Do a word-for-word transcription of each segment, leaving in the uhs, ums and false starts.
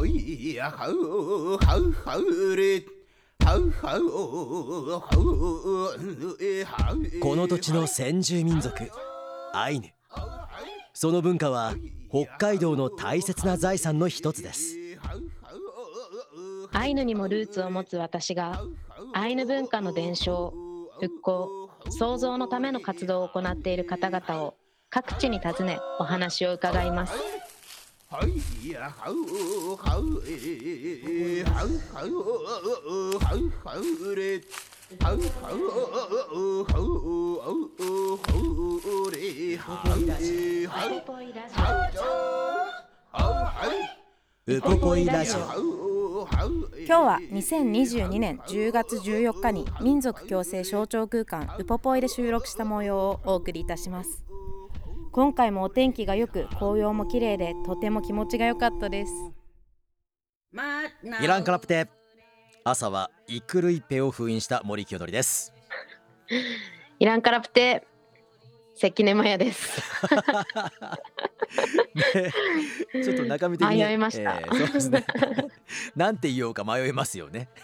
この土地の先住民族アイヌ、その文化は北海道の大切な財産の一つです。 アイヌにもルーツを持つ私がアイヌ文化の伝承、復興、創造のための活動を行っている方々を各地に訪ねお話を伺います。 ウポポイラジオ。 今日はにせんにじゅうにねんじゅうがつじゅうよっかに民族共生象徴空間ウポポイで収録した模様をお送りいたします。今回もお天気が良く紅葉も綺麗でとても気持ちが良かったです。 イランカラプテ、朝はイクルイペを封印した森清則です。 イランカラプテ関根麻也です。 ね、ちょっと中身的に迷いました、 えー、そうですね。なんて言おうか迷いますよね。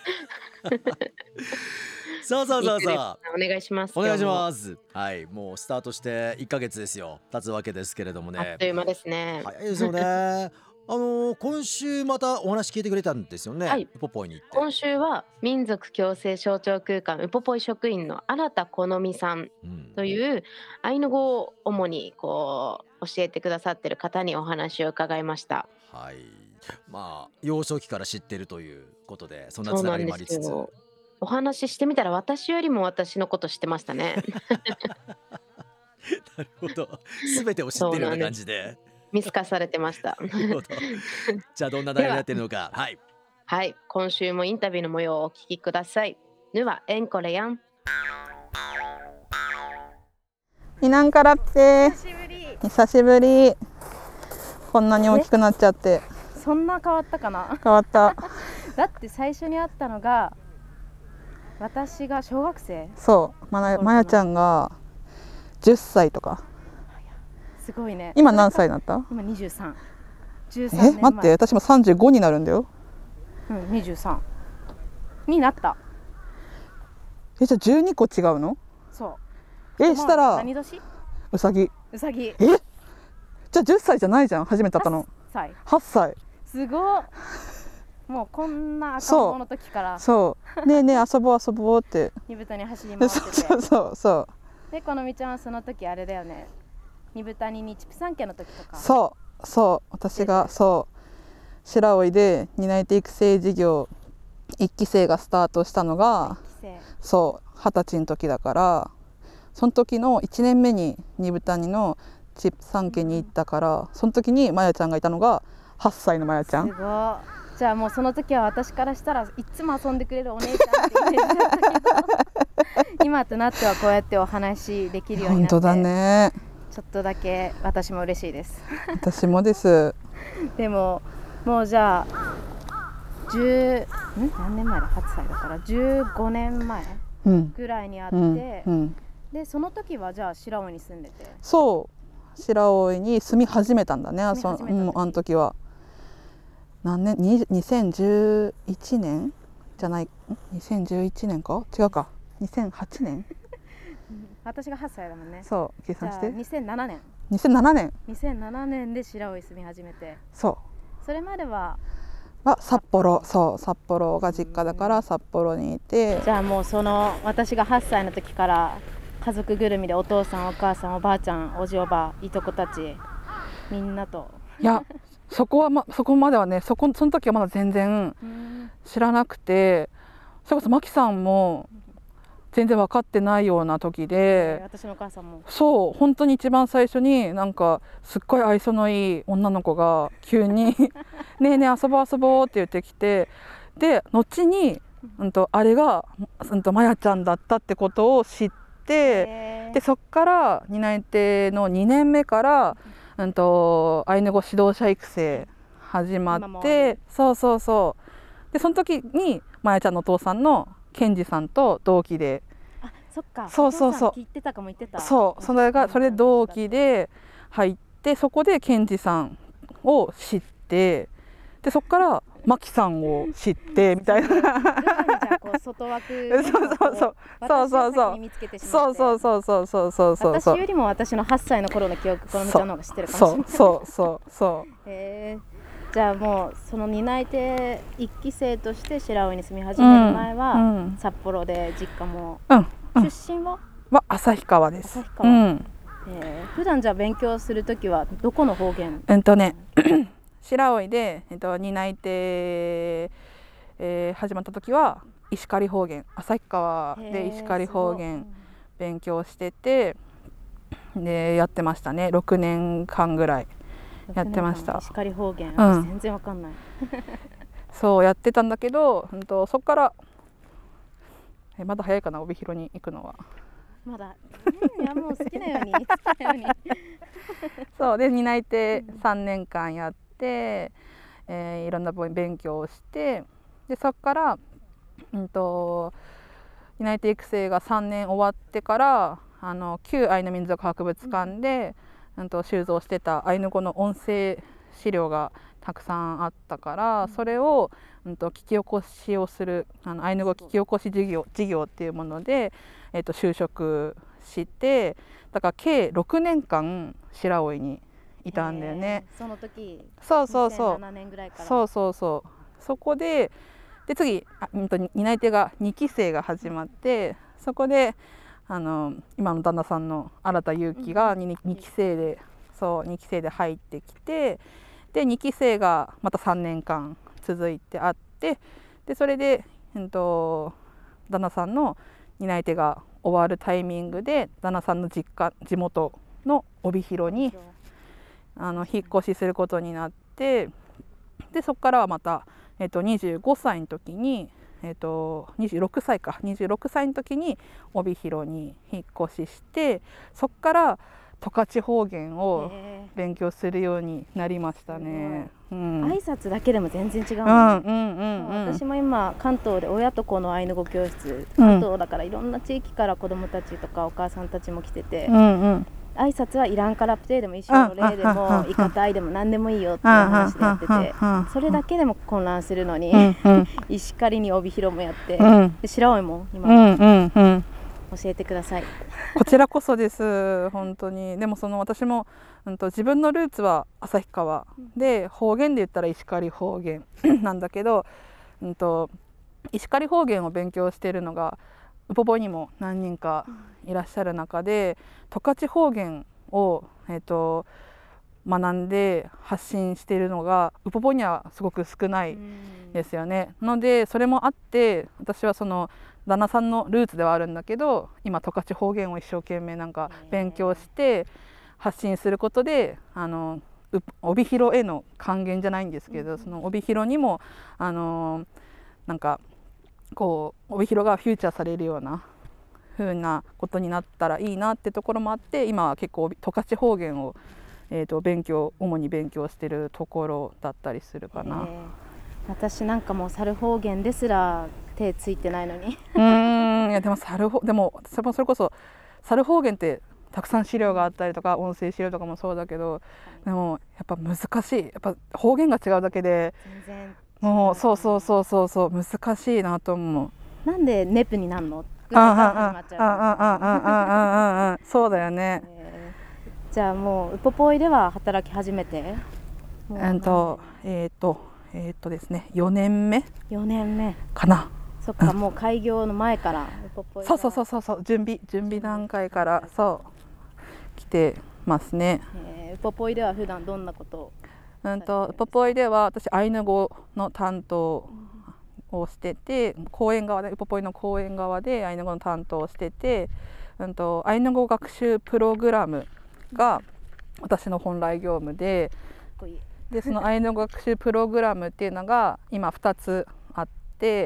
そうそうそうそう。 お願いします。 お願いします。はい、もうスタートしていっかげつですよ。経つわけですけれどもね。 あっという間ですね。 早いですよね。あのー、今週またお話聞いてくれたんですよね。 はい、 ウポポイに行って。 今週は民族共生象徴空間ウポポイ職員の新田好美さんという、うん、アイヌ語を主にこう教えてくださっている方にお話を伺いました。 はい、まあ幼少期から知っているということで、そんなつながりもありつつ、 お話ししてみたら私よりも私のこと知ってましたね。 なるほど、全てを知っているような感じで見透かされてました。 なるほど。じゃあどんな内容になっているのか。はい、 はい、今週もインタビューの模様をお聞きください。ぬはエンコレヤン。 イナンカラプテ、久しぶり。久しぶり。こんなに大きくなっちゃって。 そんな変わったかな。 変わった。 だって最初に会ったのが私が小学生。 そう、まや、まやちゃんがじゅっさいとか。 すごいね。 今何歳になった？ 今にじゅうさん。 じゅうさんねんまえ。え、待って、私もさんじゅうごになるんだよ。 うん、にじゅうさんになった。 え、じゃあじゅうにこ違うの？ そう。 え、したら何年？ うさぎ。 うさぎ。 え、じゃあじゅっさいじゃないじゃん、初めて会ったの。はっさい。はっさい。 すごい。もうこんな赤ん坊の時から。 そうねえねえ遊ぼう遊ぼうって二豚に走り回ってて。 そうそうそうで、このみちゃんはその時あれだよね、二豚に畜産家の時とか。 そうそう私がそう白老で担い手育成事業いっきせいがスタートしたのがそうはたちの時だから、その時のいちねんめに二豚にの畜産家に行ったから、うん、その時にまやちゃんがいたのがはっさいのまやちゃん。 すごい。じゃあもうその時は私からしたらいつも遊んでくれるお姉ちゃんってイメージだったけど今となってはこうやってお話できるようになって、 本当だね、 ちょっとだけ私も嬉しいです。 私もです。 でももうじゃあじゅうん何年前だ、はっさいだからじゅうごねんまえぐらいに会って、うんうんうん、でその時はじゃあ白老に住んでて。 そう白老に住み始めたんだね、あそ、うん、あの時は何年にせんじゅういちねんじゃない、にせんじゅういちねんか違うかにせんはちねん私がはっさいだもんね。 そう計算して。 にせんななねんにせんななねんにせんななねんで白老に住み始めて。 そうそれまではは札幌。そう札幌が実家だから札幌にいて、 じゃあもうその私がはっさいの時から家族ぐるみでお父さんお母さんおばあちゃんおじおばいとこたちみんなと。 いやそこは、ま、そこまではね、そこその時はまだ全然知らなくて、それこそマキさんも全然分かってないような時で、 私のお母さんもそう本当に一番最初になんかすっごい愛想のいい女の子が急に「ねえねえ遊ぼう遊ぼう」って言ってきて、で後に、うんと、あれが、うんと、まやちゃんだったってことを知って、でそっから担い手のにねんめからうんとアイヌ語指導者育成始まって、そうそうそうでその時にまやちゃんのお父さんのケンジさんと同期で。 あ、そっか。 そうそうそう。 聞いてたかも言ってた。 そうそれがそれ同期で入って、そこでケンジさんを知って、でそこからマキさんを知ってみたいな。 徐々にじゃあこう外枠そうそうそうそうそうそうそうそうそうそうそうそうそう私よりも私のはっさいの頃の記憶このみちゃんの方が知ってるかもしれない。 そうそうそうそうへー、じゃあもうその担い手一期生として白老に住み始める前は、うんうん、札幌で実家も、うんうん、出身はは旭川です。 旭川、うん、えー、普段じゃあ勉強するときはどこの方言？ うんとね白老で、えっと、担い手、えー、始まった時は石狩方言、旭川で石狩方言勉強してて、でやってましたね。ろくねんかんぐらいやってました。 石狩方言、私全然わかんない、うん、 そうやってたんだけど、うんと、そっからえまだ早いかな、帯広に行くのは。 まだ、うん、いやもう好きなように好きなようにそうで担い手さんねんかんやって、えー、いろんな勉強をして、でそっから、うんと、担い手育成がさんねん終わってからあの旧アイヌ民族博物館で、うん、と収蔵してたアイヌ語の音声資料がたくさんあったから、うん、それを、うん、と聞き起こしをするあのアイヌ語聞き起こし事業事業っていうもので、えー、と就職して、だから計ろくねんかん白老にいたんだよね。 その時そうそうそうにせんななねんぐらいからそうそうそうそこでで次あ、うん、と担い手がにき生が始まって、そこであの今の旦那さんの新田裕樹が 2, 2期生でそうにき生で入ってきて、でにき生がまたさんねんかん続いてあって、でそれで、えっと、旦那さんの担い手が終わるタイミングで旦那さんの実家地元の帯広にあの引っ越しすることになって、でそこからはまた、えっと、にじゅうごさいの時に、えっと、にじゅうろくさいかにじゅうろくさいの時に帯広に引っ越しして、そこから十勝方言を勉強するようになりましたね。 うん、挨拶だけでも全然違うもん、 うんうんうんうん、 私も今関東で親と子のアイヌ語教室、関東だからいろんな地域から子どもたちとかお母さんたちも来てて、うんうん、挨拶はいらんからプテでも一緒の例でもイカタイでも何でもいいよっていう話でやってて、それだけでも混乱するのに、うんうん、石狩に帯広もやって、うん、で白老も今、うんうんうん、教えてください。 こちらこそです本当に。でもその私も、うん、と自分のルーツは旭川で、方言で言ったら石狩方言なんだけど、うん、と石狩方言を勉強しているのがウポポイにも何人かいらっしゃる中で、十勝方言を、えー、と学んで発信しているのがウポポイにはすごく少ないですよね。のでそれもあって私はその旦那さんのルーツではあるんだけど、今十勝方言を一生懸命なんか勉強して発信することで、あの帯広への還元じゃないんですけど、その帯広にもあのなんかこう帯広がフューチャーされるような風なことになったらいいなってところもあって、今は結構十勝方言を、えー、と勉強主に勉強してるところだったりするかな。 私なんかもう猿方言ですら手ついてないのにうーんいやでも猿でもそれこそ猿方言ってたくさん資料があったりとか音声資料とかもそうだけど、でもやっぱ難しい、やっぱ方言が違うだけで全然もうそうそうそうそうそう難しいなと思う。 なんでネプになんのぐらいから始まっちゃう。 そうだよね、 えー、じゃあもうウポポイでは働き始めてえっとえっとえー、っとですねよねんめよねんめかな。 そっか、うん、もう開業の前からウポポイそうそうそうそうそう準備準備段階からそう来てますね。 えー、ウポポイでは普段どんなことをうんとウポポイでは私アイヌ語の担当をしてて、講演側でウポポイの講演側でアイヌ語の担当をしてて、うんとアイヌ語学習プログラムが私の本来業務で、でそのアイヌ語学習プログラムっていうのが今ふたつあって、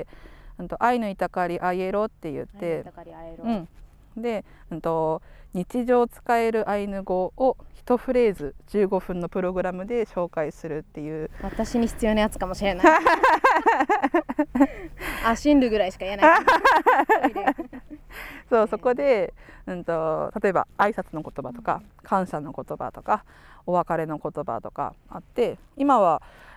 うんとアイヌイタカリアイエロって言って、うん、で、うんと日常使えるアイヌ語を一フレーズじゅうごふんのプログラムで紹介するっていう。 私に必要なやつかもしれないアシンルぐらいしか言えないそうそこで、うんと例えば挨拶の言葉とか感謝の言葉とかお別れの言葉とかあって、今は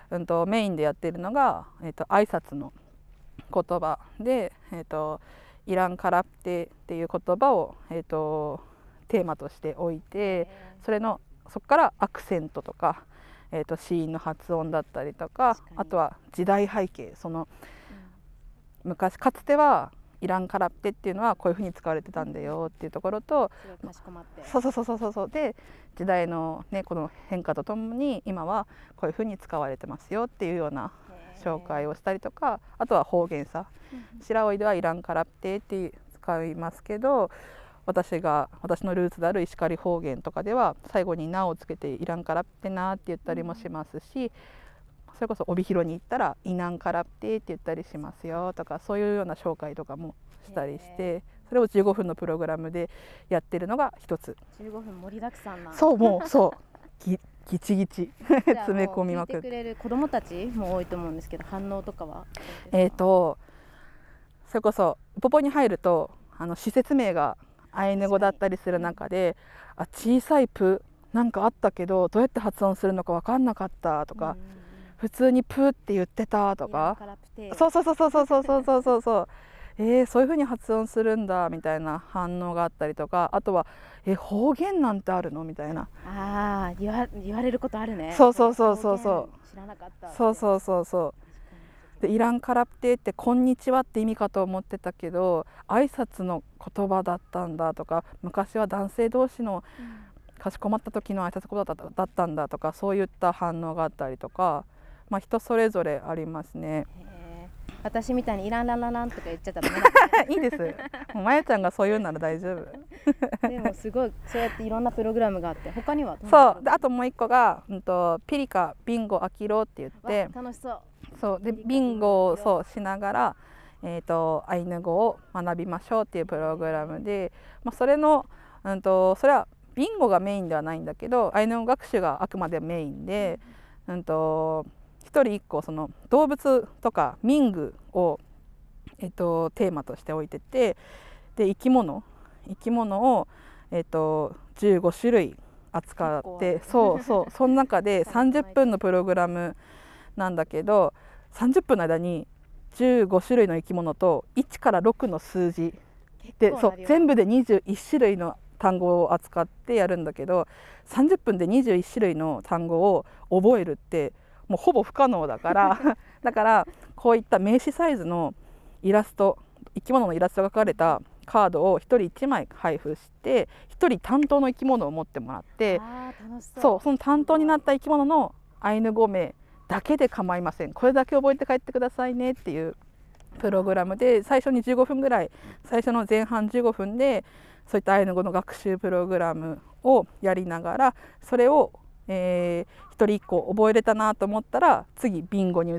うんとメインでやってるのが、えー、と挨拶の言葉で、えー、とイランカラプテっていう言葉を、えー、とテーマとして置いて、それのそこからアクセントとか、えー、と子音の発音だったりとか、あとは時代背景、その、うん、昔かつてはイランカラプテっていうのはこういうふうに使われてたんだよっていうところと、 かしこまって、 そうそうそうそうそうで時代の、ね、この変化とともに今はこういうふうに使われてますよっていうような紹介をしたりとか、あとは方言さ、白老ではイランカラプテって使いますけど、私が私のルーツである石狩方言とかでは最後に「な」をつけて「イランカラプテな」って言ったりもしますし、それこそ帯広に行ったら「イナンカラプテ」って言ったりしますよとか、そういうような紹介とかもしたりして、それをじゅうごふんのプログラムでやってるのが一つ。 じゅうごふん盛りだくさんな。 そう、もうそうぎギチギチ詰め込みまくって。 聞いてくれる子どもたちも多いと思うんですけど、反応とかはえっとそれこそポポに入るとあの施設名がアイヌ語だったりする中で、あ、小さいプなんかあったけどどうやって発音するのか分かんなかったとか、普通にプって言ってたとか、そうそうそうそうそうそうそうそうそうそうえー、そういう風に発音するんだみたいな反応があったりとか、あとはえ方言なんてあるのみたいな、 あー、言わ言われることあるね。 そうそうそうそうそう知らなかった。 そうそうそうそうでイランカラプテってこんにちはって意味かと思ってたけど挨拶の言葉だったんだとか、昔は男性同士のかしこまった時の挨拶言葉だったんだとか、そういった反応があったりとか、まあ、人それぞれありますね。 私みたいにイランランランランとか言っちゃったらいいです。もうまやちゃんがそう言うなら大丈夫。 でもすごいそうやっていろんなプログラムがあって、他にはそうで、あともう一個が、うん、とピリカビンゴアキロって言って、 楽しそう。 そうでビンゴをそうしながら、えー、とアイヌ語を学びましょうっていうプログラムで、まあ、それの、うん、とそれはビンゴがメインではないんだけど、アイヌ語学習があくまでメインで、うん、と一人一個その動物とか民具を、えー、とテーマとして置いてて、で生き物生き物を、えー、とじゅうごしゅるい扱って、そうそうその中でさんじゅっぷんのプログラムなんだけど、さんじゅっぷんの間にじゅうごしゅるいの生き物といちからろくの数字で、そう全部でにじゅういっしゅるいの単語を扱ってやるんだけど、さんじゅっぷんでにじゅういっしゅるいの単語を覚えるってもうほぼ不可能だからだからこういった名詞サイズのイラスト、生き物のイラストが描かれたカードをひとりいちまい配布して、ひとり担当の生き物を持ってもらって、 あー楽しそう。 そうその担当になった生き物のアイヌ語名だけで構いません、これだけ覚えて帰ってくださいねっていうプログラムで、最初にじゅうごふんぐらい、最初の前半じゅうごふんでそういったアイヌ語の学習プログラムをやりながら、それを、えー、ひとりいっこ覚えれたなと思ったら次ビンゴに移って、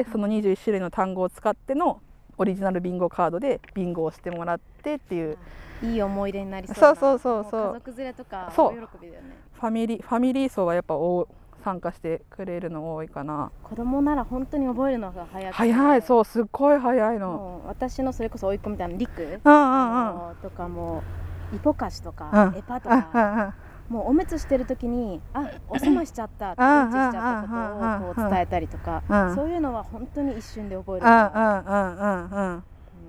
そのにじゅういっしゅるいの単語を使ってのオリジナルビンゴカードでビンゴをしてもらってっていう、 いい思い出になりそうな。 そうそうそうそう、 家族連れとかそう大喜びだよね。 ファミリーファミリー層はやっぱ多参加してくれるの多いかな。 子供なら本当に覚えるのが早くて、 早い、そうすっごい早いの。 もう私のそれこそ甥っ子みたいなリク、 うんうんうん、 あのとかもイポカシとか、 うん、 エパとか、 うんうん、 もうおむつしてる時にあおせましちゃったってうんちしちゃったことをこう伝えたりとか、 うん、 そういうのは本当に一瞬で覚えるうかんうんうんうんうん、 ら、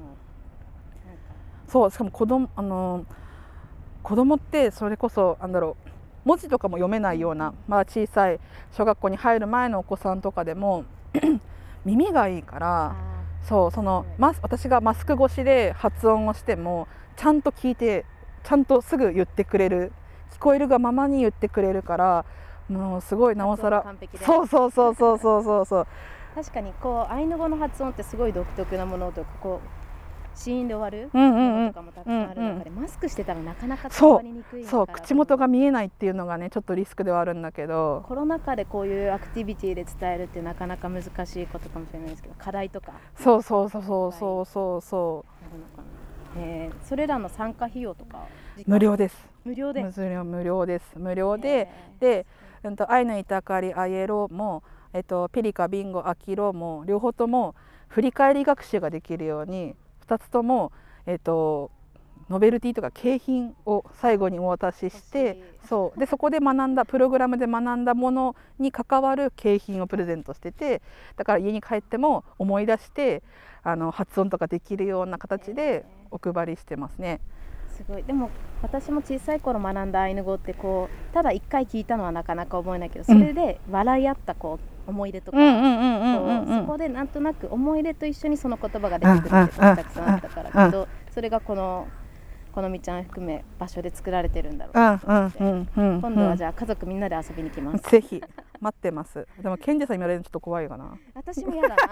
そうしかも子供あの子供ってそれこそなんだろう、文字とかも読めないような、まあ、小さい小学校に入る前のお子さんとかでも耳がいいから、そうそのマス私がマスク越しで発音をしてもちゃんと聞いてちゃんとすぐ言ってくれる、聞こえるがままに言ってくれるから、もうすごいなおさら、そうそうそうそうそうそうそう確かにこうアイヌ語の発音ってすごい独特なものとか、こうシーンで終わるうんうんうんとかもたくさんある中で、マスクしてたらなかなかそう伝わりにくいから、 そう口元が見えないっていうのがねちょっとリスクではあるんだけど、 コロナ禍でこういうアクティビティで伝えるってなかなか難しいことかもしれないですけど、課題とかそうそうそうそうそうそうそうあるのかな。えー、それらの参加費用とか無料です。 無料で無料無料です。無料で、で、うんとアイヌイタカリアイエロも、えっとピリカビンゴアキロも両方とも振り返り学習ができるようにふたつとも、えっとノベルティとか景品を最後にお渡しして、そうでそこで学んだプログラムで学んだものに関わる景品をプレゼントしてて、だから家に帰っても思い出してあの発音とかできるような形でお配りしてますね。 すごい。でも私も小さい頃学んだアイヌ語ってこうただ一回聞いたのはなかなか覚えないけど、それで笑い合ったこう思い出とか、そこでなんとなく思い出と一緒にその言葉が出てくるってたくさんあったから、きっとそれがこのこのみちゃん含め場所で作られてるんだろうと思って、今度はじゃあ家族みんなで遊びに来ます。 ぜひ待ってます。でもケンジさんに言われるのちょっと怖いかな。 私も嫌だな。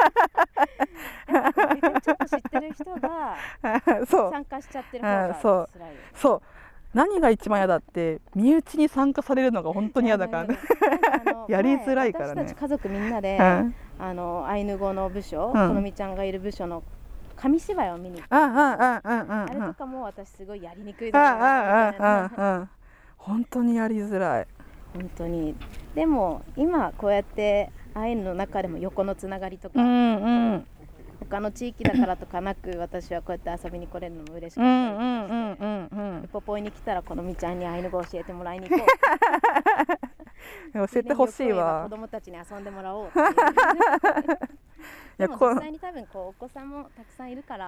ちょっと知ってる人が参加しちゃってる方がそうそう。何が一番嫌だって身内に参加されるのが本当に嫌だからね。やりづらいからね。 私たち家族みんなで、あのアイヌ語の部署、このみちゃんがいる部署の紙芝居を見に行って、あれとかも私すごいやりにくいだな。 本当にやりづらい。 本当に。でも今こうやってアイヌの中でも横のつながりとか、他の地域だからとかなく私はこうやって遊びに来れるのも嬉しかったりして、ポポイに来たらこのみちゃんにアイヌ語教えてもらいに行こう。 教えてほしいわ。 子供たちに遊んでもらおうっていう。でも実際に多分こうお子さんもたくさんいるから、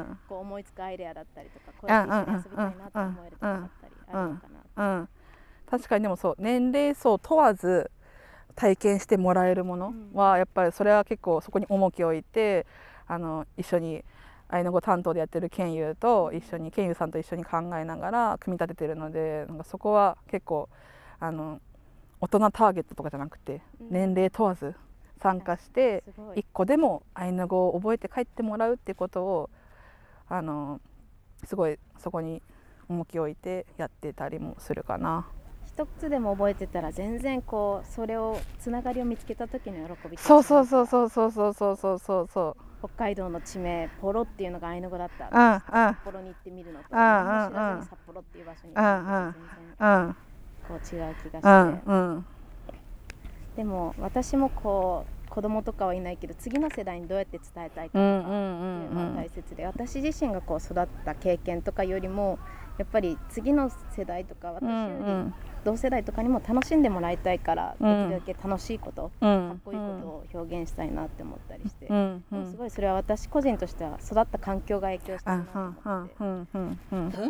うん、こう思いつくアイデアだったりとか、こうやって一緒に遊びたいなと思えるとかだったりあるのかな、うんうん、 確かに。でもそう年齢層問わず体験してもらえるものはやっぱりそれは結構そこに重きを置いて、あの一緒にアイヌ語担当でやってるケンユーと一緒にケンユーさんと一緒に考えながら組み立ててるので、なんかそこは結構あの大人ターゲットとかじゃなくて年齢問わず参加していっこでもアイヌ語を覚えて帰ってもらうってことをあのすごいそこに重きを置いてやってたりもするかな。 一つでも覚えてたら全然こうそれをつながりを見つけた時の喜び。 そうそうそうそうそうそうそうそうそうそう。 北海道の地名ポロっていうのがアイヌ語だったら、札幌に行ってみるのと、何も知らずに札幌っていう場所に行って全然こう違う気がして、でも私もこう子供とかはいないけど次の世代にどうやって伝えたいかとかっていうのが大切で、私自身がこう育った経験とかよりもやっぱり次の世代とか私より同世代とかにも楽しんでもらいたいから、できるだけ楽しいこと、かっこいいことを表現したいなって思ったりして、すごいそれは私個人としては育った環境が影響してるなと思って。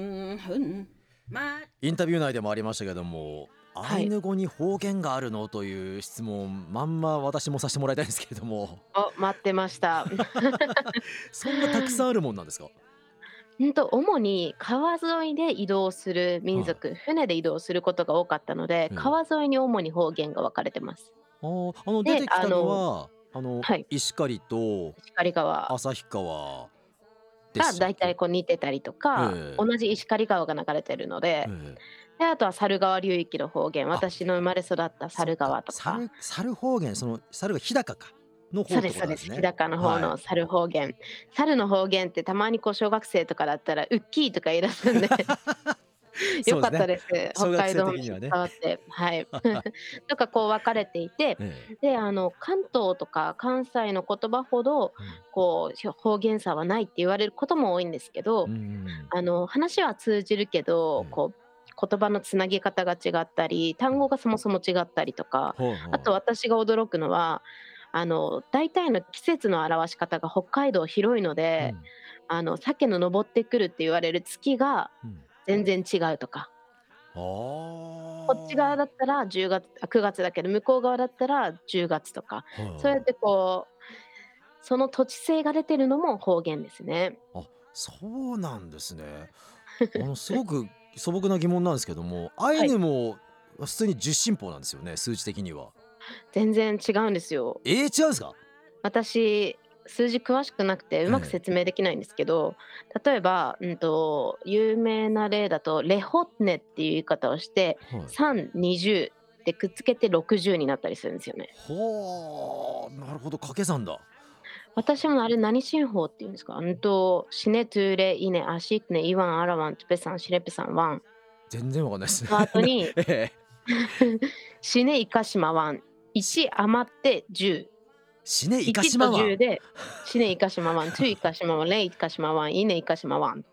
インタビュー内でもありましたけども、アイヌ語に方言があるのという質問、まんま私もさせてもらいたいんですけれども。 あ、待ってました。 そんなたくさんあるもんなんですか？ うんと主に川沿いで移動する民族、はい、船で移動することが多かったので、うん、川沿いに主に方言が分かれてます。 ああの出てきたのはあの、はい、石狩と石狩川旭川がだいたいこう似てたりとか、えー、同じ石狩川が流れてるので、えー、であとは猿川流域の方言、私の生まれ育った猿川とか。 猿、猿方言、その猿が日高かの方ってことですね。 日高の方の猿方言、はい、猿の方言ってたまにこう小学生とかだったらウッキーとか言い出すんでよかったです、ね、北海道に伝わって、はいとかこう分かれていて、ええ、であの関東とか関西の言葉ほどこう方言差はないって言われることも多いんですけど、うん、あの話は通じるけど、うん、こう言葉のつなぎ方が違ったり単語がそもそも違ったりとか、うん、あと私が驚くのはあの大体の季節の表し方が北海道広いので、うん、あの鮭の登ってくるって言われる月が全然違うとか、うん、こっち側だったらじゅうがつくがつだけど向こう側だったらじゅうがつとか、うん、そうやってこうその土地性が出てるのも方言ですね。 あ、そうなんですね。あのすごく素朴な疑問なんですけども、アイヌも普通に十進法なんですよね、数字的には。 全然違うんですよ。 えー、違うんですか？ 私数字詳しくなくてうまく説明できないんですけど、えー、例えば、うんと、有名な例だとレホッネっていう言い方をして、はい、さん、にじゅうでくっつけてろくじゅうになったりするんですよね。 ほー、なるほど、掛け算だ。 私もあれ何進法っていうんですか？うんとシネトゥーレイネアシックネイワンアラワントペサンシレペサンワン、 全然わかんないですね。 あとにシネイカシマワン、いち余ってじゅう、 シネイカシマワン、 いちとじゅうでシネイカシマワン、ツイカシマワン、レイカシマワン、イネイカシマワン。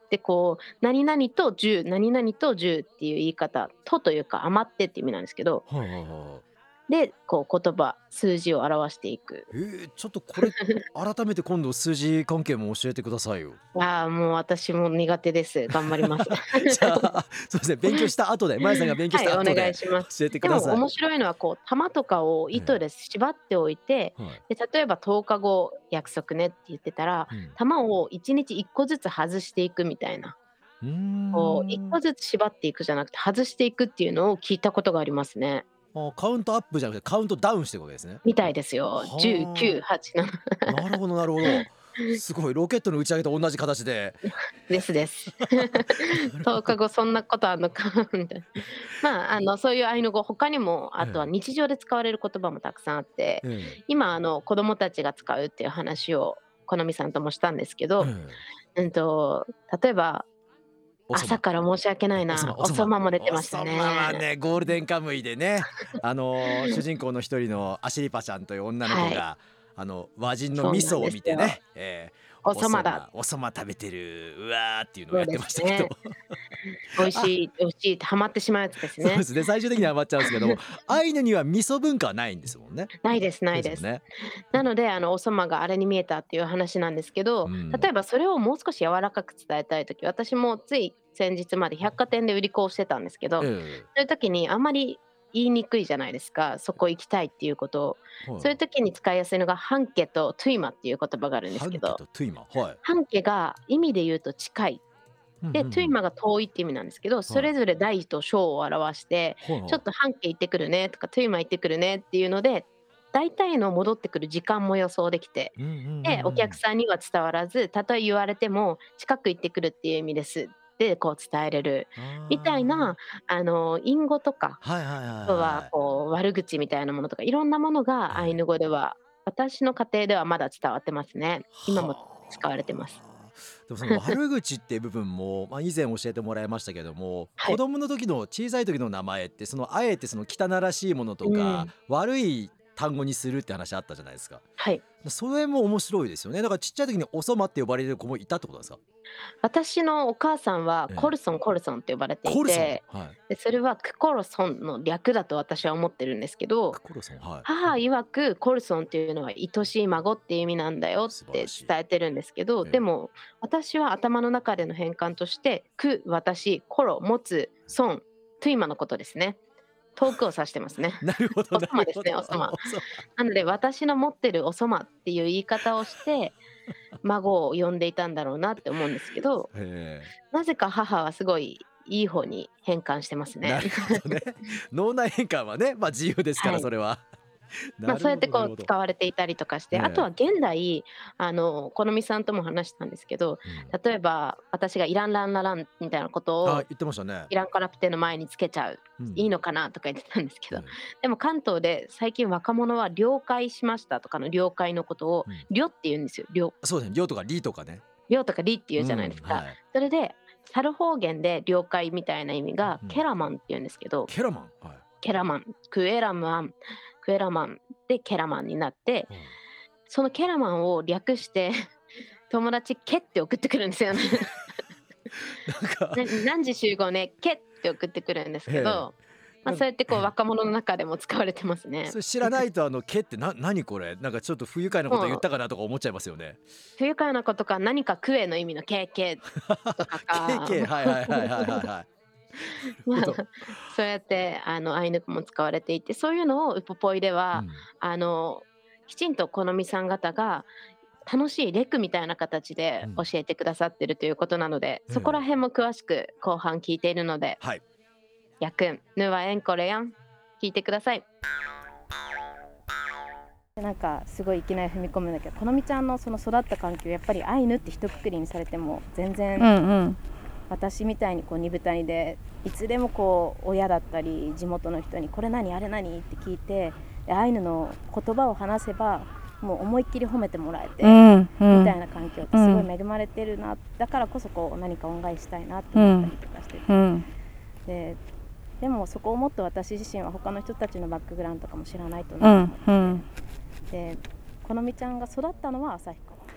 でこう何々とじゅう何々とじゅうっていう言い方とというか余ってって意味なんですけど、 はいはいはい。 でこう言葉数字を表していく。 えー、ちょっとこれ改めて今度数字関係も教えてくださいよ。 ああもう私も苦手です。頑張ります。 じゃあそうですね、勉強した後で、まやさんが勉強しはい、おた後で願いします。 教えてくでださい。 も面白いのはこう玉とかを糸で縛っておいて、 はい。 で例えばとおかご約束ねって言ってたら、 うん。 玉をいちにちいっこずつ外していくみたいな、 うーこういっこん。 ずつ縛っていくじゃなくて外していくっていうのを聞いたことがありますね。 あ、カウントアップじゃなくてカウントダウンしていくわけですね。 みたいですよ。じゅう、きゅう、 ははち、ななあ、なるほどなるほど。すごいロケットの打ち上げと同じ形で。 ですです。 なるほとおかど。 ごそんなことあんのかみたいな。まあ、あのそういうアイヌ語他にもあとはええ。 日常で使われる言葉もたくさんあって、 ええ。 今あの子供たちが使うっていう話をこのみさんともしたんですけど、 ええ。 うんと例えばおそま。 朝から申し訳ないな、 おそまおそま。 おそまも出ておましたそまはね。 ね、ゴールデンカムイでね、あの主人公の一人のアシリパちゃんという女の子はい。 が、あの和人のそうなん味噌をですよ。 見てね、ええ、おおそまだ。 そまおそま食べてる、うわっていうのをやっそうでてましたけど。 すね。美味あ、 しい美味しいってハマってしまうやつですね。 そうですね、最終的には余っちゃうんですけども、アイヌには味噌文化はないんですもんね。 ないですないです。 ですよね。 なのであのおそまがあれに見えたっていう話なんですけど、 うん。 例えばそれをもう少し柔らかく伝えたい時、私もつい先日まで百貨店で売り子をしてたんですけど、 えそういう時にあんまり言いにくいじゃないですか、そこ行きたいっていうことを。 え、はい。 そういう時に使いやすいのが半家とトゥイマっていう言葉があるんですけど、 半家とトゥイマ、はい。 半家が意味で言うと近い。で、 うんうんうん。 トゥイマが遠いって意味なんですけど、そはい。 れぞれ大と小を表して、 はいはい。 ちょっと半径行ってくるねとか、トゥイマ行ってくるねっていうので、大体の戻ってくる時間も予想できて、 うんうんうんで、おうん。 客さんには伝わらず、たとえ言われても近く行ってくるっていう意味ですってこう伝えれるみたいな、 ああ。 あの隠語とか、 はいはいはいあとははい。 こう悪口みたいなものとか、いろんなものがアイヌええ。 語では、私の家庭ではまだ伝わってますね。今も使われてます。 はあ。でもその悪口っていう部分も、まあ、以前教えてもらいましたけども、 はい。 子供の時の小さい時の名前ってそのあえてその汚らしいものとかうん。 悪い単語にするって話あったじゃないですか。 はい。 それも面白いですよね。だからちっちゃい時におそまって呼ばれる子もいたってことなんですか？ 私のお母さんはええ。 コルソンコルソンって呼ばれていコルソン、 て、 はい。 で、それはクコロソンの略だと私は思ってるんですけど、 クコロソン、はい。 母曰くコルソンっていうのは愛しい孫っていう意味なんだよって素晴らしい。 伝えてるんですけど、 ええ。 でも私は頭の中での変換として、く、私、コロ、持つ、ソン、トゥイマのことですね。遠くを指してますね。 なるほどおそなまですね、 るほど。 おそま。 おそま。 なので私の持ってるおそまっていう言い方をして、孫を呼んでいたんだろうなって思うんですけど、 へえ。 なぜか母はすごいいい方に変換してますね。 なるほどね。脳内変換はね、ま、自由ですかはい。 らそれは。 ま、 なるほそうやってこうどなるほど。 使われていたりとかしえて、あとはえ。 現代、あの、このみさんとも話したんですけど、 うん。 例えば私がイランランラランみたいなことあ、 を言ってましたね。 イランカラプテの前につけちゃう、 うん。 いいのかなとか言ってたんですけど、 ええ。 でも関東で最近若者は了解しましたとかの了解のことをうん。 りょって言うんですよ、りょ。 そうですね、りょとかりとかね。 りょとかりって言うじゃないでうん、 すか。 はい。 それで、サル方言で了解みたいな意味がうん。 ケラマンって言うんですけど、 ケラマン、はい。 ケラマン、クエラマン、クエラマンでケラマンになって、 うん。 そのケラマンを略して友達ケって送ってくるんですよね。 なんか、 な何時集合ね、ケって送ってくるんですけえど、 え。 ま、 なんそうやってこう若者の中でも使われてますね。 それ知らないとあの「け」ってな何これ、なんかちょっと不愉快なこと言っもう、 たかなとか思っちゃいますよね。 不愉快なことか何かクエの意味のケーケーとかけか、 け、はいはいはいはいはいはい。なるほまあ、 ど。 そうやってあのアイヌ語も使われていて、そういうのをウポポイではうん。 あのきちんとこのみさん方が楽しいレクみたいな形で教うん。 えてくださってるということなので、 えそこらえ。 辺も詳しく後半聞いているので、 はい。 やくん、ぬはえんこれやん、聞いてください。 なんかすごいいきなり踏み込むんだけど、このみちゃんのその育った環境、やっぱりアイヌって一括りにされても全然、 うんうん、 私みたいにこう二部谷でいつでもこう親だったり地元の人にこれ何あれ何って聞いて、アイヌの言葉を話せばもう思いっきり褒めてもらえて、 うんうん、 みたいな環境ってすごい恵まれてるな、だからこそこう何か恩返ししたいなって思ったりとかしてて、 うん、 ででもそこをもっと私自身は他の人たちのバックグラウンドとかも知らないとうなと思って、 んうん、 でこのみちゃんが育ったのは旭川。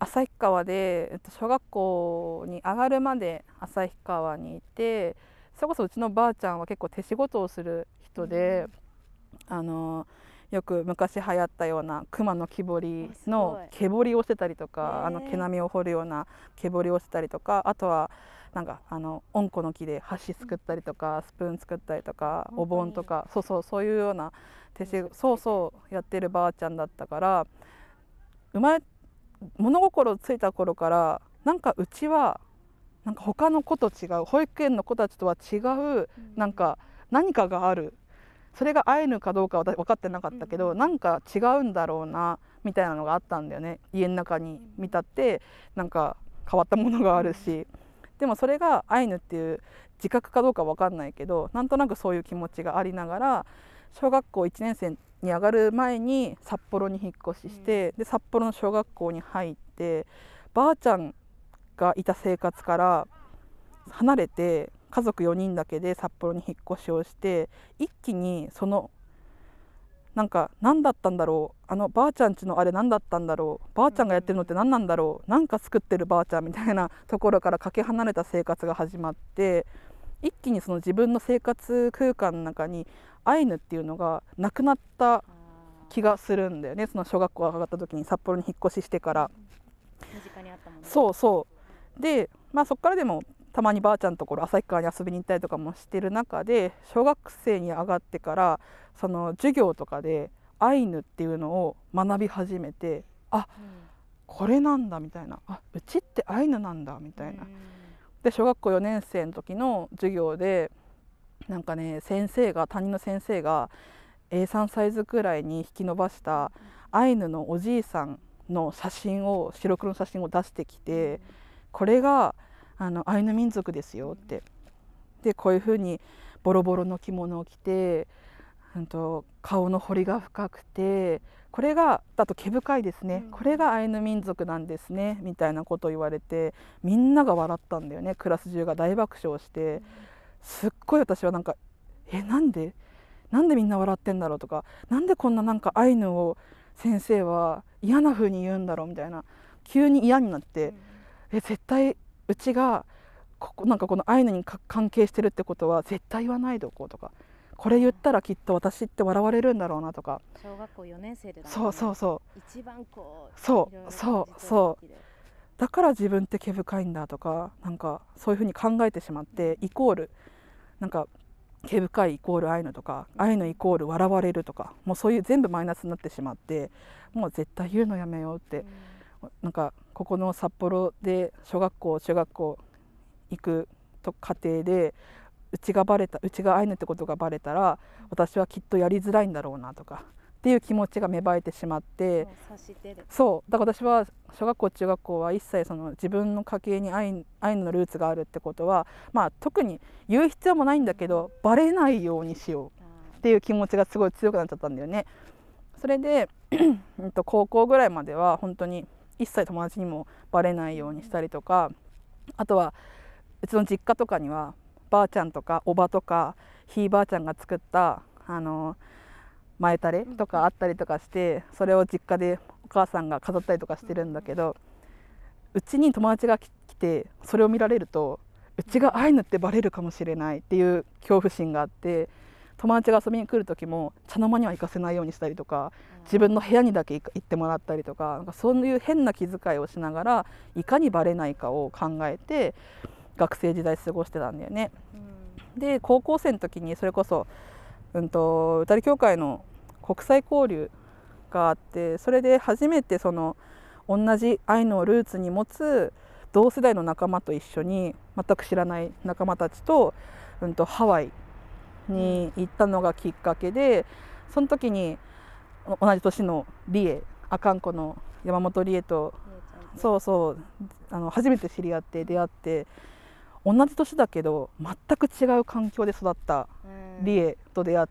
旭川で、えっと、小学校に上がるまで旭川にいて、それこそうちのばあちゃんは結構手仕事をする人で、うん、あのよく昔流行ったような熊の木彫りの毛彫りをしてたりとか、あの毛並みを彫るような毛彫りをしてたりとか、あとはなんかあのおんこの木で箸作ったりとか、スプーン作ったりとか、お盆とか、そうそうそういうような手仕事、そうそうやってるばあちゃんだったから、生まれ物心ついた頃からなんかうちはなんか他の子と違う、保育園の子たちとは違うなんか何かがある。それがアイヌかどうかは分かってなかったけど、うん、なんか違うんだろうなみたいなのがあったんだよね。家の中に見たってなんか変わったものがあるし、でもそれがアイヌっていう自覚かどうか分かんないけど、なんとなくそういう気持ちがありながら、小学校いちねん生に上がる前に札幌に引っ越しして、で札幌の小学校に入って、ばあちゃんがいた生活から離れて家族よにんだけで札幌に引っ越しをして、一気にそのなんか何だったんだろう、あのばあちゃんちのあれ何だったんだろう、ばあちゃんがやってるのって何なんだろう、なんか作ってるばあちゃんみたいなところからかけ離れた生活が始まって、一気にその自分の生活空間の中にアイヌっていうのがなくなった気がするんだよね。その小学校が上がった時に札幌に引っ越ししてから、 身近にあったもんね。 そうそうで、まあそこからでもたまにばあちゃんのところ旭川に遊びに行ったりとかもしてる中で、小学生に上がってからその授業とかでアイヌっていうのを学び始めて、あ、うん、これなんだみたいな、あ、うちってアイヌなんだみたいな。で小学校よねん生の時の授業でなんかね、先生が担任の先生が エースリー サイズくらいに引き伸ばしたアイヌのおじいさんの写真を、白黒の写真を出してきて、これがあのアイヌ民族ですよって。でこういうふうにボロボロの着物を着て、うんと顔の彫りが深くて、これがだと毛深いですね、うん、これがアイヌ民族なんですねみたいなことを言われて、みんなが笑ったんだよね。クラス中が大爆笑して、すっごい私はなんかえなんでなんでみんな笑ってんだろうとか、なんでこんななんかアイヌを先生は嫌な風に言うんだろうみたいな、急に嫌になって、うん、え絶対うちがここなんかこのアイヌに関係してるってことは絶対言わないでおこうとか、これ言ったらきっと私って笑われるんだろうなとか。 小学校よねん生でだ、ね、 そうそうそう一番こうそうそうそうだから自分って毛深いんだとか、なんかそういうふうに考えてしまって、イコールなんか毛深いイコールアイヌとか、アイヌイコール笑われるとか、もうそういう全部マイナスになってしまって、もう絶対言うのやめようって、うん、なんかここの札幌で小学校中学校行くと過程でうちがバレたうちがアイヌってことがバレたら、私はきっとやりづらいんだろうなとかっていう気持ちが芽生えてしまって、そうだから私は小学校中学校は一切その自分の家系にアイ、アイヌのルーツがあるってことは、まあ、特に言う必要もないんだけどバレないようにしようっていう気持ちがすごい強くなっちゃったんだよね。それで高校ぐらいまでは本当に一切友達にもバレないようにしたりとか、あとはうちの実家とかにはばあちゃんとかおばとかひいばあちゃんが作ったあの前タレとかあったりとかして、それを実家でお母さんが飾ったりとかしてるんだけど、うちに友達が来てそれを見られると、うちがアイヌってバレるかもしれないっていう恐怖心があって、友達が遊びに来る時も茶の間には行かせないようにしたりとか、自分の部屋にだけ行ってもらったりとか、なんかそういう変な気遣いをしながらいかにバレないかを考えて学生時代過ごしてたんだよね。うん、で高校生の時にそれこそ、うんと、歌り協会の国際交流があって、それで初めてその同じアイヌをルーツに持つ同世代の仲間と一緒に、全く知らない仲間たちと、うんと、ハワイに行ったのがきっかけで、その時に同じ年のリエ、阿寒湖の山本リエと、そうそうあの初めて知り合って出会って、同じ年だけど全く違う環境で育ったリエと出会って、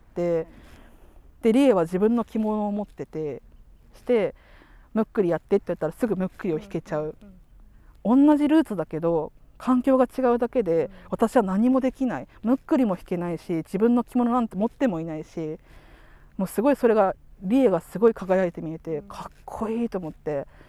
でリエは自分の着物を持ってて、してむっくりやってって言ったらすぐむっくりを弾けちゃう、同じルーツだけど環境が違うだけで私は何もできない、むっくりも弾けないし、自分の着物なんて持ってもいないし、もうすごいそれがリエがすごい輝いて見えてかっこいいと思って、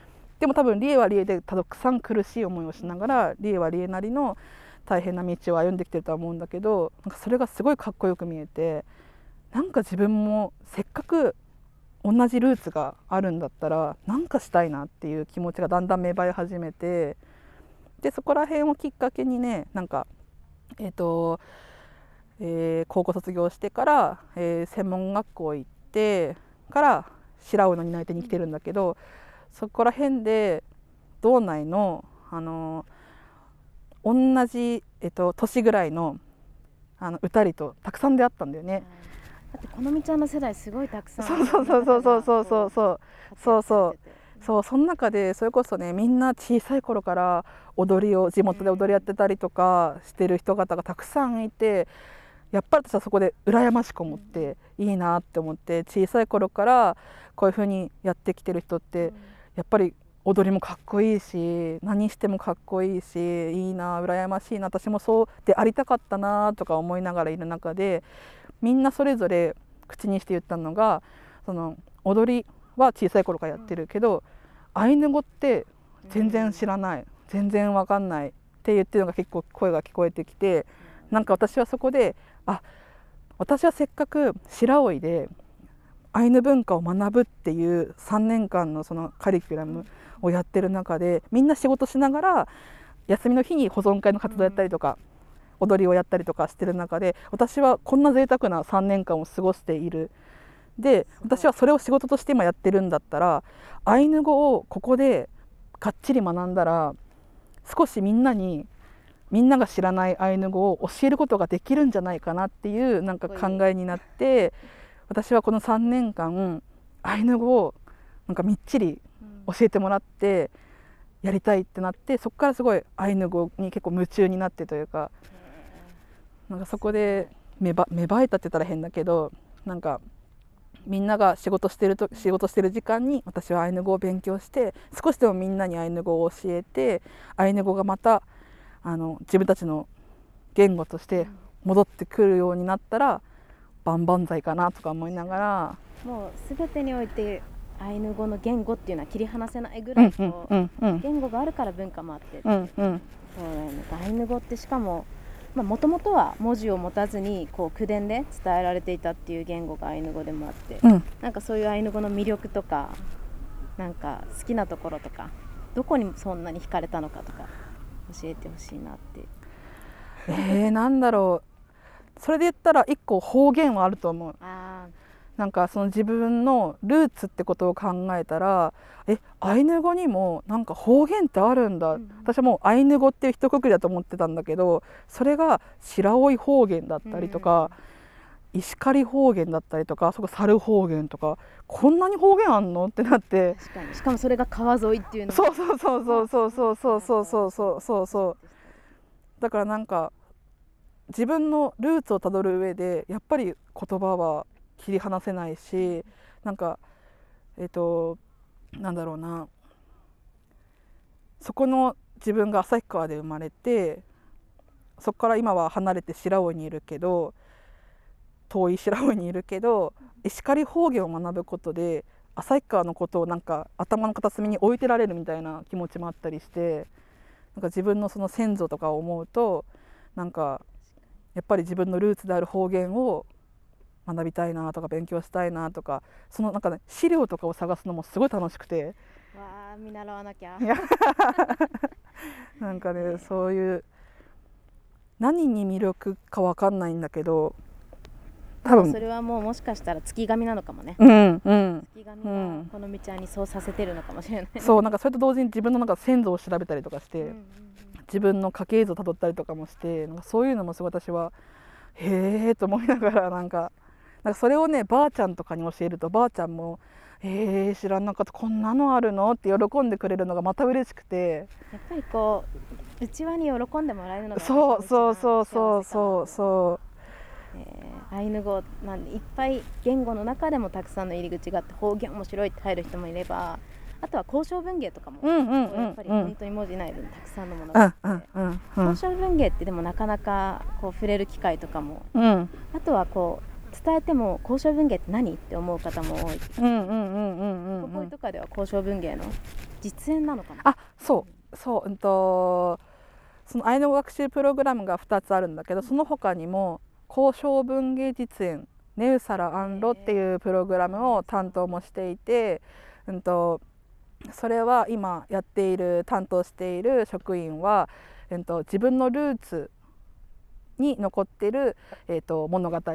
でも多分リエはリエでたくさん苦しい思いをしながらリエはリエなりの大変な道を歩んできてるとは思うんだけど、なんかそれがすごいかっこよく見えて、なんか自分もせっかく同じルーツがあるんだったらなんかしたいなっていう気持ちがだんだん芽生え始めて、でそこら辺をきっかけにね、なんかえっと、えー、高校卒業してから、えー、専門学校行ってから白老の担い手に来てるんだけど、そこら辺で道内のあの同じ、えっと、年ぐらいのあの歌りとたくさん出会ったんだよね。 だってこのみちゃんの世代すごいたくさん、 そうそうそうそうそうそうそうそうそうそうそう、その中でそれこそね、みんな小さい頃から踊りを地元で踊りやってたりとかしてる人方がたくさんいて、やっぱり私はそこで羨ましく思っていいなって思って、小さい頃からこういう風にやってきてる人ってやっぱり踊りもかっこいいし、何してもかっこいいし、いいな、羨ましいな、私もそうでありたかったなとか思いながらいる中で、みんなそれぞれ口にして言ったのが、その踊りは小さい頃からやってるけど、アイヌ語って全然知らない、全然わかんないって言ってるのが結構声が聞こえてきて、なんか私はそこで、あ、私はせっかく白老でアイヌ文化を学ぶっていうさんねんかんのそのカリキュラムをやってる中で、みんな仕事しながら休みの日に保存会の活動やったりとか、踊りをやったりとかしてる中で、私はこんな贅沢なさんねんかんを過ごしている。で、私はそれを仕事として今やってるんだったら、アイヌ語をここでがっちり学んだら、少しみんなにみんなが知らないアイヌ語を教えることができるんじゃないかなっていうなんか考えになって、私はこのさんねんかんアイヌ語をなんかみっちり教えてもらってやりたいってなって、そこからすごいアイヌ語に結構夢中になってというか、なんかそこで芽ば芽生えたって言ったら変だけど、なんかみんなが仕事してると仕事してる時間に私はアイヌ語を勉強して、少しでもみんなにアイヌ語を教えて、アイヌ語がまたあの自分たちの言語として戻ってくるようになったら万々歳かなとか思いながら、 もう全てにおいてアイヌ語の言語っていうのは切り離せないぐらいこう、うんうんうん、言語があるから文化もあって、うんうん、そうだよね。アイヌ語ってしかももともとは文字を持たずにこう口伝で伝えられていたっていう言語がアイヌ語でもあって、うん、なんかそういうアイヌ語の魅力とか、なんか好きなところとか、どこにそんなに惹かれたのかとか教えてほしいなって。 えー、なんだろう、それで言ったら一個方言はあると思う。あ、なんかその自分のルーツってことを考えたら、えアイヌ語にもなんか方言ってあるんだ、うん、私はもうアイヌ語っていう一括りだと思ってたんだけど、それが白老方言だったりとか、うん、石狩方言だったりとか、そこ猿方言とか、こんなに方言あんのってなって、 確かに、しかもそれが川沿いっていうのそうそうそうそうそうそうそうそうそうそうそうそう、だからなんか自分のルーツをたどる上でやっぱり言葉は切り離せないし、なんかえっとなんだろうな、そこの自分が旭川で生まれて、そこから今は離れて白老にいるけど、遠い白老にいるけど、石狩方言を学ぶことで旭川のことをなんか頭の片隅に置いてられるみたいな気持ちもあったりして、なんか自分のその先祖とかを思うと、なんかやっぱり自分のルーツである方言を学びたいなとか勉強したいなとか、そのなんか、ね、資料とかを探すのもすごい楽しくて、 わあ見習わなきゃなんかね、そういう何に魅力か分かんないんだけど、 多分それはもうもしかしたら月神なのかもね。 うんうん、 月神がこのみちゃんにそうさせてるのかもしれない、 うん、そう、なんかそれと同時に自分のなんか先祖を調べたりとかして、うんうんうん、自分の家系図をたどったりとかもして、なんかそういうのもすごい私はへーと思いながら、なんかなんかそれをねばあちゃんとかに教えると、ばあちゃんもえー、知らなかった、こんなのあるのって喜んでくれるのがまた嬉しくて、 やっぱりこう内輪に喜んでもらえるのがそうそうそうそうそうそう、 えー、アイヌ語なんでいっぱい言語の中でもたくさんの入り口があって、方言面白いって入る人もいれば、あとは交渉文芸とかも、うんうんうん、やっぱり本当に文字内でたくさんのものがあって、うんうんうんうん、交渉文芸ってでもなかなかこう触れる機会とかも、うん、あとはこう伝えても交渉文芸って何って思う方も多い。ポポイとか中では交渉文芸の実演なのかな。 あ、そうそう、うんとそのアイヌ語学習プログラムがふたつあるんだけど、その他にも交渉文芸実演ネウサラアンロっていうプログラムを担当もしていて、うんとそれは今やっている担当している職員は、えっと、自分のルーツに残っている、えっと、物語、うん、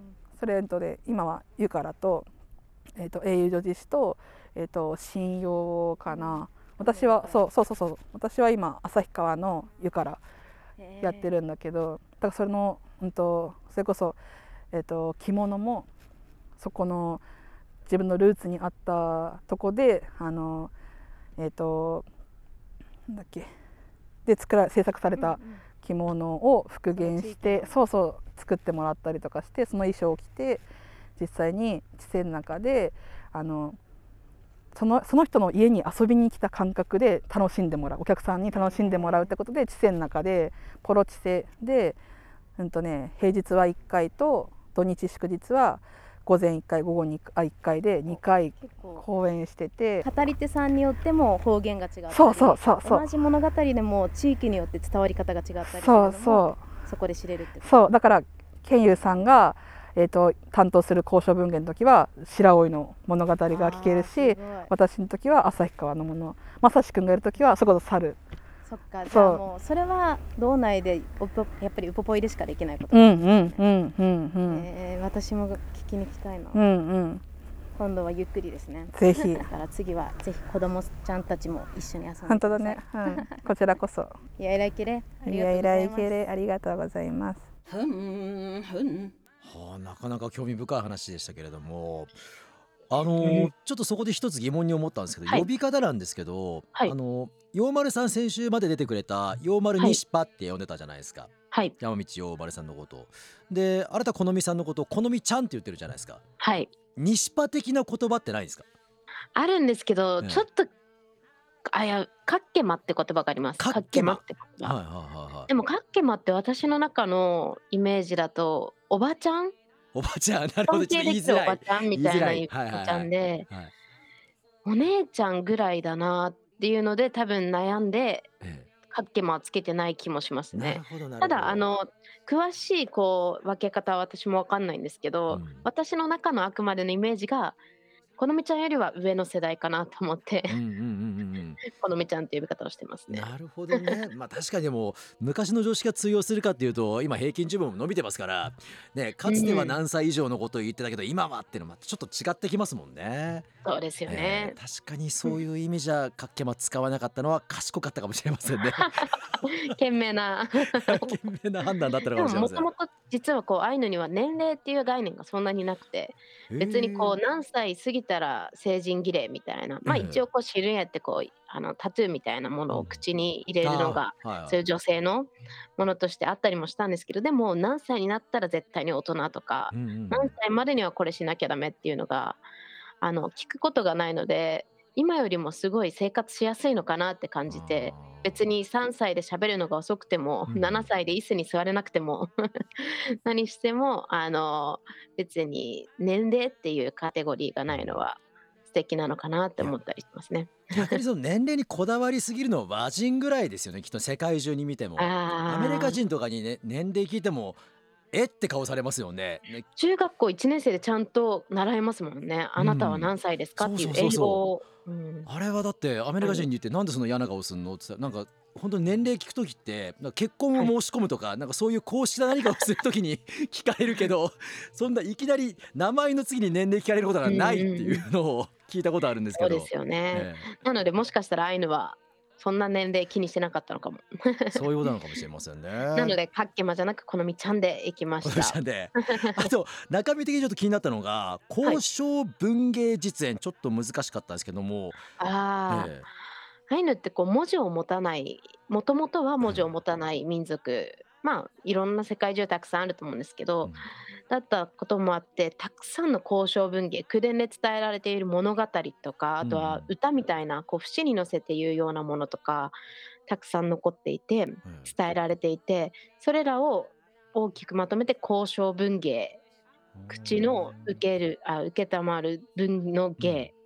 それとで今はユカラと、えっと、英雄女子誌と、えっと、信用かな、うん、私はそうそうそうそう私は今旭川のユカラやってるんだけど、だからそれの、うんと、それこそ、えっと、着物もそこの自分のルーツにあったとこであのえっ、ー、となんだっけで作ら制作された着物を復元して、うんうん、そうそう作ってもらったりとかして、その衣装を着て実際に地勢の中であのそのその人の家に遊びに来た感覚で楽しんでもらう、お客さんに楽しんでもらうってことで地勢の中でポロ地勢で、うんとね、平日はいっかいと土日祝日は午前いっかい午後にいっかいでにかい公演してて、 語り手さんによっても方言が違ったり、 そうそうそうそう、 同じ物語でも地域によって伝わり方が違ったりするのも、そうそう、そこで知れるってこと。 そうだからケンユーさんが、えー、と担当する交渉文芸の時は白老の物語が聞けるし、私の時は旭川のもの、まさしくんがいる時はそこの猿。 そっか、じゃあもうそれは道内でやっぱりウポポイでしかできないことなんですね。うんうんうんうん、 えー、私も聞きに行きたいな、 うんうん、 今度はゆっくりですね。 ぜひだから次はぜひ子供ちゃんたちも一緒に遊んでください。 本当だね、うん、こちらこそいやいらいけれいやいらいけれありがとうございます。 ふんふん、はあ、なかなか興味深い話でしたけれども、あのー、ちょっとそこで一つ疑問に思ったんですけど、はい、呼び方なんですけど、はい、あの陽丸さん先週まで出てくれた陽丸西パって呼んでたじゃないですか、はい、山道陽丸さんのことで、あなた好みさんのことを好みちゃんって言ってるじゃないですか。 はい、 西パ的な言葉ってないですか？ あるんですけど、ね、ちょっとあやかっけまって言葉があります。 かっけまって言葉、はいはいはいはい、でもかっけまって私の中のイメージだとおばちゃんおばちゃん、なるほど、ちょっと言いづらい、 おばちゃんみたいな言い方ちゃんで、お姉ちゃんぐらいだなっていうので多分悩んで、ええ、かっけまはつけてない気もしますね。ただあの詳しいこう分け方は私も分かんないんですけど、うん、私の中のあくまでのイメージが好みちゃんよりは上の世代かなと思って好みちゃんって呼び方をしてますね。 なるほどね。まあ確かにでも昔の常識が通用するかっていうと今平均寿命も伸びてますからね、かつては何歳以上のことを言ってたけど、うん、今はっていうのはちょっと違ってきますもんね。 そうですよね、 えー、確かにそういう意味じゃかっけま使わなかったのは賢かったかもしれませんね。 賢明な賢明な判断だったのかもしれません。 でももともと実はこうアイヌには年齢っていう概念がそんなになくて、別にこう何歳過ぎたら成人儀礼みたいな、まあ一応こうシルエってこうあのタトゥーみたいなものを口に入れるのが、うん、そういう女性のものとしてあったりもしたんですけど、でも何歳になったら絶対に大人とか、うんうん、何歳までにはこれしなきゃダメっていうのがあの聞くことがないので、今よりもすごい生活しやすいのかなって感じて、別にさんさいで喋るのが遅くても、うん、ななさいで椅子に座れなくても何してもあの別に年齢っていうカテゴリーがないのは素敵なのかなって思ったりしますね。 逆にその年齢にこだわりすぎるのは和人ぐらいですよね、きっと世界中に見ても。アメリカ人とかに、ね、年齢聞いてもえって顔されますよね。 中学校いちねん生でちゃんと習いますもんね。あなたは何歳ですかっていう英語を。 あれはだってアメリカ人に言ってなんでその嫌な顔すんのって言ったら、なんか本当に年齢聞くときって結婚を申し込むとか、はい、なんかそういう公式な何かをするときに聞かれるけど、そんないきなり名前の次に年齢聞かれることがないっていうのを聞いたことあるんですけど。 そうですよね、ええ、なのでもしかしたらアイヌはそんな年齢気にしてなかったのかもそういうことなのかもしれませんね。 なのでかっけまじゃなく好みちゃんで行きました。 ちゃんであと中身的にちょっと気になったのが交渉文芸実演、ちょっと難しかったんですけども、 あ、ええ、アイヌってこう文字を持たない、もともとは文字を持たない民族、まあいろんな世界中たくさんあると思うんですけど、うん、だったこともあってたくさんの交渉文芸、口伝で伝えられている物語とか、あとは歌みたいなこう節に乗せて言うようなものとかたくさん残っていて伝えられていて、それらを大きくまとめて交渉文芸、口の受けるあ受けたまる文の芸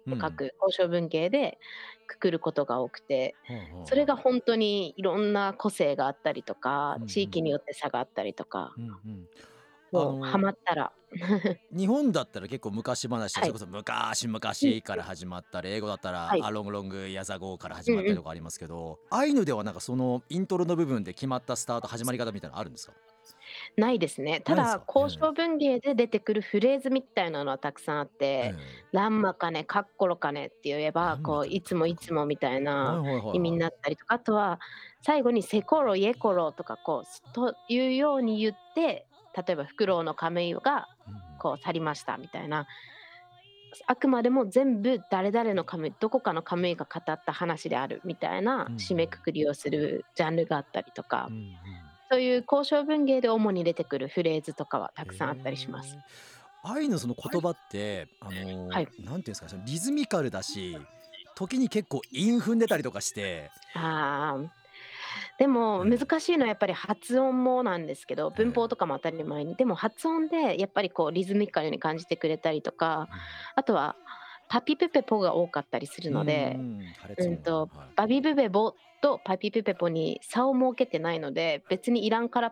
各交渉文芸でくくることが多くて、それが本当にいろんな個性があったりとか、地域によって差があったりとか、 うんうん。あもうハのマったら日本だったら結構昔話で、 はい。 それこそ昔うん、 々から始まったり、英語だったらはい。 アロングロングヤザゴーから始うんうん。 まったりとかありますけど、アイヌではなんかそのイントロの部分で決まったスタート始まり方みたいなのあるんですか？ ないですね。ただ、 ないですか？え交渉文芸で出てくるフレーズみたいなのはたくさんあっえ、えて、 え。 ランマかね、カッコロかねって言えば、 ランマこう、 かね、 いつもいかっこよかね。 つもみたいなはいはいはい意味にはい。 なったりとか、あとは最後にセコロ、イエコロとか、こう、というように言って、例えばフクロウのカムイがうんうん。 こう去りましたみたいな、あくまでも全部誰々のカムイ、どこかのカムイが語った話であるみたいなうんうん。 締めくくりをするジャンルがあったりとか、 うんうん。 そういう交渉文芸で主に出てくるフレーズとかはたへくさんあったりします。 え。アイヌのその言葉って、あの、 はい。 なんていうんですかね、そのリズミカルだし、時に結構韻踏んでたりとかして、 ああ、でもええ、 難しいのはやっぱり発音もなんですけど、文法とええ。 かも当たり前に、でも発音でやっぱりこうリズミカルに感じてくれたりとか、 うん。 あとはパピプペポが多かったりするうんので、 うん、破裂音がね、 うんと、 はい。 バビブベボとパピプペポに差を設けてないので、別にいらんからって、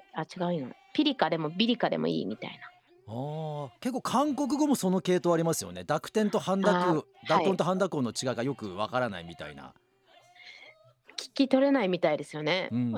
あ、違うよ。ピリカでもビリカでもいいみたいああ、結構韓国語もその系統ありますよね。濁点と半な。あ濁、 あ、はい。 濁音と半濁音の違いがよくわからないみたいな。 聞き取れないみたいですよね。 うんうんうん。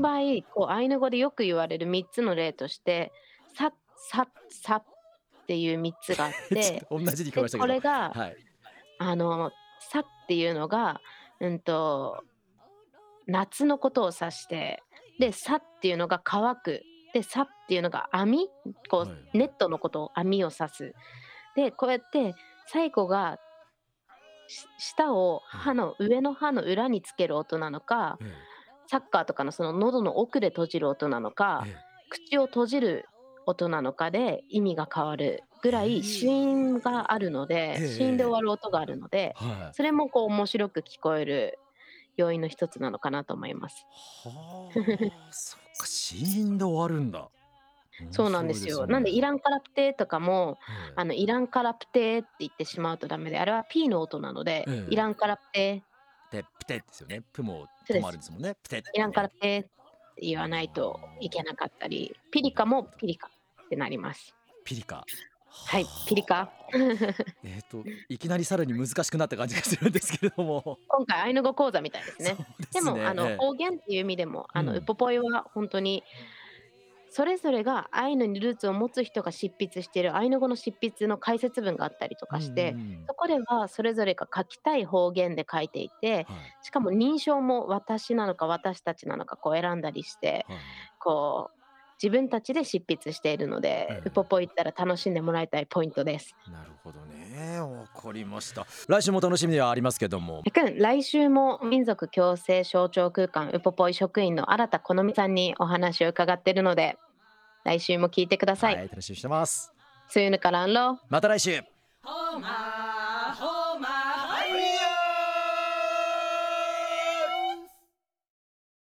私の場合、こうアイヌ語でよく言われるみっつの例として、さ、さ、さっていうみっつがあっちて、 ょっと同じに聞こえで、 ましたけど、 これが、 はい。 あの、さっていうのが、うんと、夏のことを指して、で、さっていうのが乾く。で、さっていうのが網、こはいはい。 うネットのことを網を指す。で、こうやって最後がし舌をええ、 歯の上の歯の裏につける音なのか、 ええ、 サッカーとかのその喉の奥で閉じる音なのか、 ええ。 口を閉じる音なのかで意味が変わるぐらい子へ音があるのえ。ええで、子音で終ええ。 わる音があるので、 はい。 それもこう面白く聞こえる要因の一つなのかなと思います。 はあ、そっか、死因で終わるんだ。面そうなんで白いすよ。なんでですね。 イランカラプテとかも、 ええ。 あのイランカラプテって言ってしまうとダメで、あれは P の音なので、 ええ。 イランカラプテ、 で、プテですよね。プも止そうです。 まるんですもんね。プテってイランカラね。 プテって言わないといけなかったり、ピリカもなるほど。 ピリカってなります。 ピリカ。 はい、ピリはカ。 あ。えっと、いきなりさらに難しくなった感じがするんですけれども。 今回アイヌ語講座みたいですそうね。でも、 ですね。 あの、 ええ。 方言っていう意味でも、あの、ウうん。 ポポイは本当に、それぞれがアイヌにルーツを持つ人が執筆しているアイヌ語の執筆の解説文があったりとうんうんうかして、 ん。 そこではそれぞれが書きたい方言で書いていて、 はい。 しかも認証も私なのか私たちなのかこう選んだりして、 はいはい。 こう、自分たちで執筆しているので、ウポええ。 ポイ行ったら楽しんでもらいたいポイントです。 なるほどね。わかりました。来週も楽しみではありますけども。 やくん、来週も民族共生象徴空間ウポポイ職員の新田好美さんにお話を伺っているので、来週も聞いてください。 はい、楽しみにしてます。 スユヌカランロまた来週。